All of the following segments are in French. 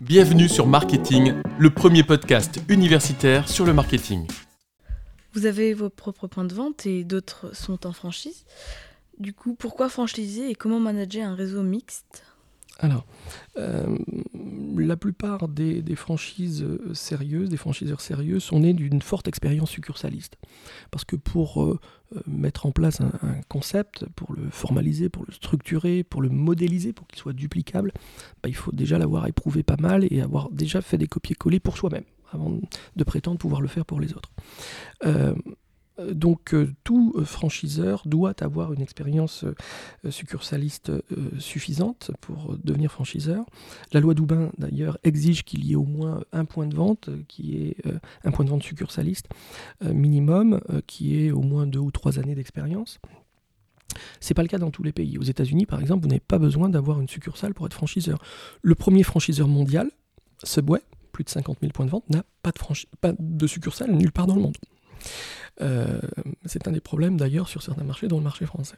Bienvenue sur Marketing, le premier podcast universitaire sur le marketing. Vous avez vos propres points de vente et d'autres sont en franchise. Du coup, pourquoi franchiser et comment manager un réseau mixte ? Alors, la plupart des franchises sérieuses, des franchiseurs sérieux sont nés d'une forte expérience succursaliste. Parce que pour mettre en place un concept, pour le formaliser, pour le structurer, pour le modéliser, pour qu'il soit duplicable, il faut déjà l'avoir éprouvé pas mal et avoir déjà fait des copier-coller pour soi-même, avant de prétendre pouvoir le faire pour les autres. Donc tout franchiseur doit avoir une expérience succursaliste suffisante pour devenir franchiseur. La loi Doubin d'ailleurs exige qu'il y ait au moins un point de vente, qui est un point de vente succursaliste minimum, qui ait au moins 2 ou 3 années d'expérience. C'est pas le cas dans tous les pays. Aux États-Unis par exemple, vous n'avez pas besoin d'avoir une succursale pour être franchiseur. Le premier franchiseur mondial, Subway, plus de 50 000 points de vente, n'a pas de succursale nulle part dans le monde. C'est un des problèmes d'ailleurs sur certains marchés, dont le marché français.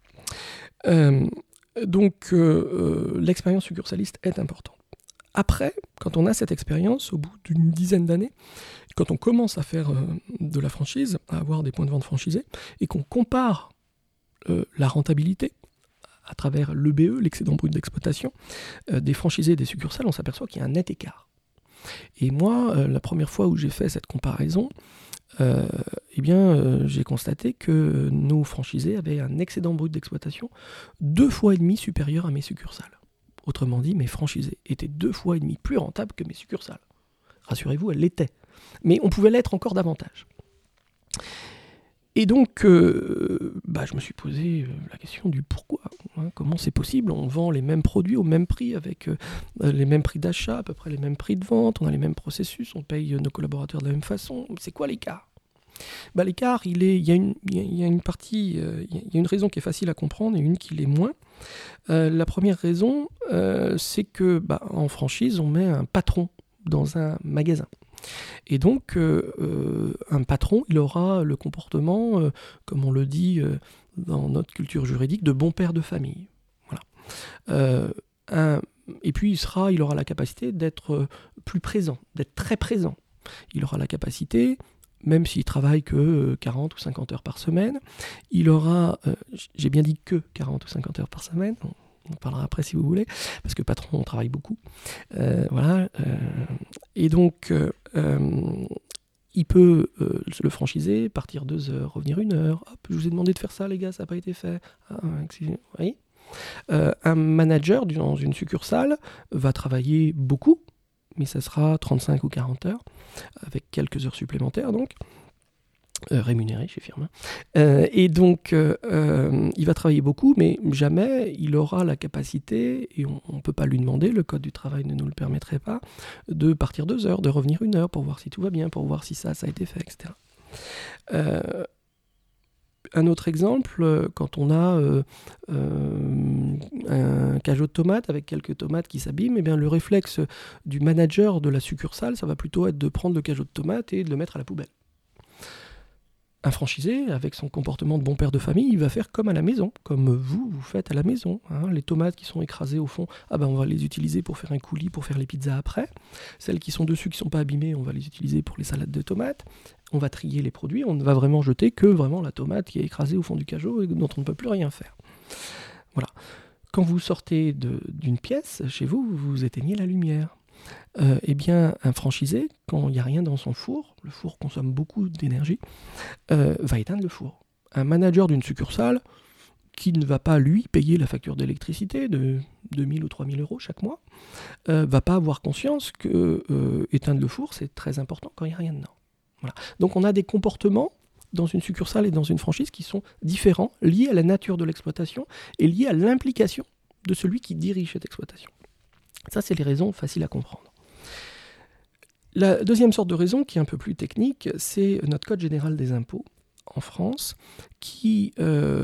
Donc l'expérience succursaliste est importante. Après, quand on a cette expérience, au bout d'une dizaine d'années, quand on commence à faire de la franchise, à avoir des points de vente franchisés, et qu'on compare la rentabilité à travers l'EBE, l'excédent brut d'exploitation, des franchisés et des succursales, on s'aperçoit qu'il y a un net écart. Et moi, la première fois où j'ai fait cette comparaison, j'ai constaté que nos franchisés avaient un excédent brut d'exploitation 2,5 fois supérieur à mes succursales. Autrement dit, mes franchisés étaient 2,5 fois plus rentables que mes succursales. Rassurez-vous, elles l'étaient. Mais on pouvait l'être encore davantage. Et donc, je me suis posé la question du pourquoi. Comment c'est possible ? On vend les mêmes produits au même prix, avec les mêmes prix d'achat, à peu près les mêmes prix de vente, on a les mêmes processus, on paye nos collaborateurs de la même façon. C'est quoi l'écart ? L'écart, il y a une partie, il y a une raison qui est facile à comprendre et une qui l'est moins. La première raison, c'est que en franchise, on met un patron dans un magasin. Et donc, un patron, il aura le comportement, comme on le dit dans notre culture juridique, de bon père de famille. Voilà. Et puis, il aura la capacité d'être plus présent, d'être très présent. Il aura la capacité, même s'il travaille que 40 ou 50 heures par semaine, il aura, j'ai bien dit que 40 ou 50 heures par semaine, on en parlera après si vous voulez, parce que patron, on travaille beaucoup. Et donc, il peut le franchiser, partir 2 heures, revenir 1 heure. Hop, je vous ai demandé de faire ça, les gars, ça n'a pas été fait. Vous voyez, un manager dans une succursale va travailler beaucoup, mais ça sera 35 ou 40 heures, avec quelques heures supplémentaires donc. Rémunéré chez Firmin. Et donc, il va travailler beaucoup, mais jamais il aura la capacité, et on ne peut pas lui demander, le code du travail ne nous le permettrait pas, de partir 2 heures, de revenir 1 heure pour voir si tout va bien, pour voir si ça a été fait, etc. Un autre exemple, quand on a un cajot de tomates avec quelques tomates qui s'abîment, le réflexe du manager de la succursale, ça va plutôt être de prendre le cajot de tomates et de le mettre à la poubelle. Un franchisé, avec son comportement de bon père de famille, il va faire comme à la maison, comme vous faites à la maison. Les tomates qui sont écrasées au fond, on va les utiliser pour faire un coulis, pour faire les pizzas après. Celles qui sont dessus, qui ne sont pas abîmées, on va les utiliser pour les salades de tomates. On va trier les produits, on ne va vraiment jeter que vraiment la tomate qui est écrasée au fond du cajot et dont on ne peut plus rien faire. Voilà. Quand vous sortez d'une pièce, chez vous, vous éteignez la lumière. Un franchisé, quand il n'y a rien dans son four, le four consomme beaucoup d'énergie, va éteindre le four. Un manager d'une succursale qui ne va pas, lui, payer la facture d'électricité de 2 000 ou 3 000 euros chaque mois, va pas avoir conscience que éteindre le four, c'est très important quand il n'y a rien dedans. Voilà. Donc on a des comportements dans une succursale et dans une franchise qui sont différents, liés à la nature de l'exploitation et liés à l'implication de celui qui dirige cette exploitation. Ça, c'est les raisons faciles à comprendre. La deuxième sorte de raison, qui est un peu plus technique, c'est notre Code général des impôts en France, qui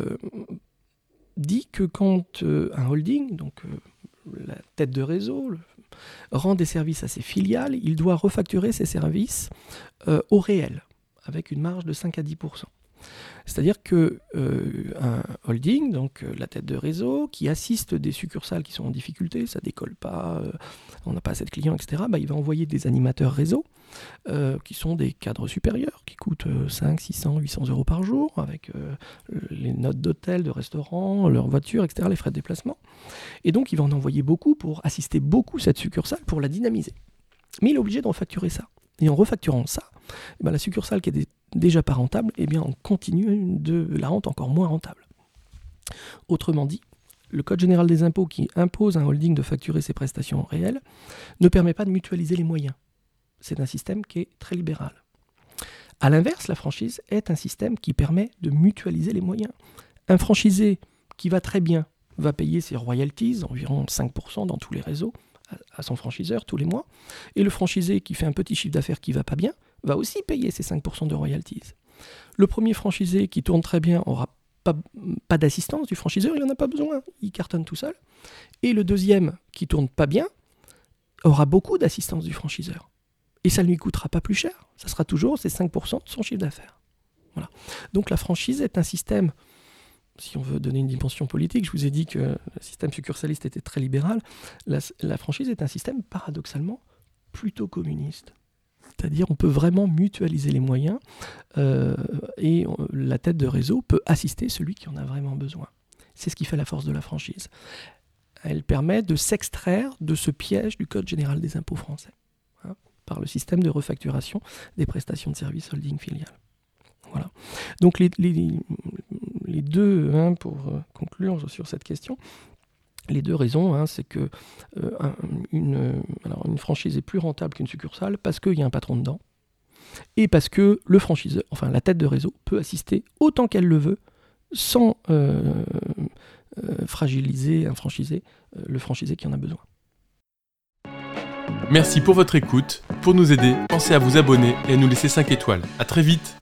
dit que quand un holding, donc la tête de réseau, rend des services à ses filiales, il doit refacturer ses services au réel, avec une marge de 5 à 10%. C'est-à-dire que un holding, donc la tête de réseau, qui assiste des succursales qui sont en difficulté, ça décolle pas, on n'a pas assez de clients, etc., il va envoyer des animateurs réseau, qui sont des cadres supérieurs, qui coûtent 5, 600, 800 euros par jour, avec les notes d'hôtel, de restaurant, leur voiture, etc., les frais de déplacement. Et donc, il va en envoyer beaucoup pour assister beaucoup cette succursale, pour la dynamiser. Mais il est obligé de refacturer ça. Et en refacturant ça, la succursale qui est déjà pas rentable, on continue de la rendre encore moins rentable. Autrement dit, le Code général des impôts qui impose à un holding de facturer ses prestations réelles ne permet pas de mutualiser les moyens. C'est un système qui est très libéral. A l'inverse, la franchise est un système qui permet de mutualiser les moyens. Un franchisé qui va très bien va payer ses royalties, environ 5% dans tous les réseaux, à son franchiseur tous les mois. Et le franchisé qui fait un petit chiffre d'affaires qui va pas bien, va aussi payer ses 5% de royalties. Le premier franchisé qui tourne très bien n'aura pas d'assistance du franchiseur, il n'en a pas besoin, il cartonne tout seul. Et le deuxième qui tourne pas bien aura beaucoup d'assistance du franchiseur. Et ça ne lui coûtera pas plus cher, ça sera toujours ses 5% de son chiffre d'affaires. Voilà. Donc la franchise est un système, si on veut donner une dimension politique, je vous ai dit que le système succursaliste était très libéral, la franchise est un système paradoxalement plutôt communiste. C'est-à-dire on peut vraiment mutualiser les moyens et la tête de réseau peut assister celui qui en a vraiment besoin. C'est ce qui fait la force de la franchise. Elle permet de s'extraire de ce piège du Code général des impôts français, par le système de refacturation des prestations de services holding filiales. Voilà. Donc les deux, pour conclure sur cette question, les deux raisons, c'est que une franchise est plus rentable qu'une succursale parce qu'il y a un patron dedans et parce que le franchiseur, la tête de réseau, peut assister autant qu'elle le veut sans fragiliser un franchisé, le franchisé qui en a besoin. Merci pour votre écoute. Pour nous aider, pensez à vous abonner et à nous laisser 5 étoiles. À très vite.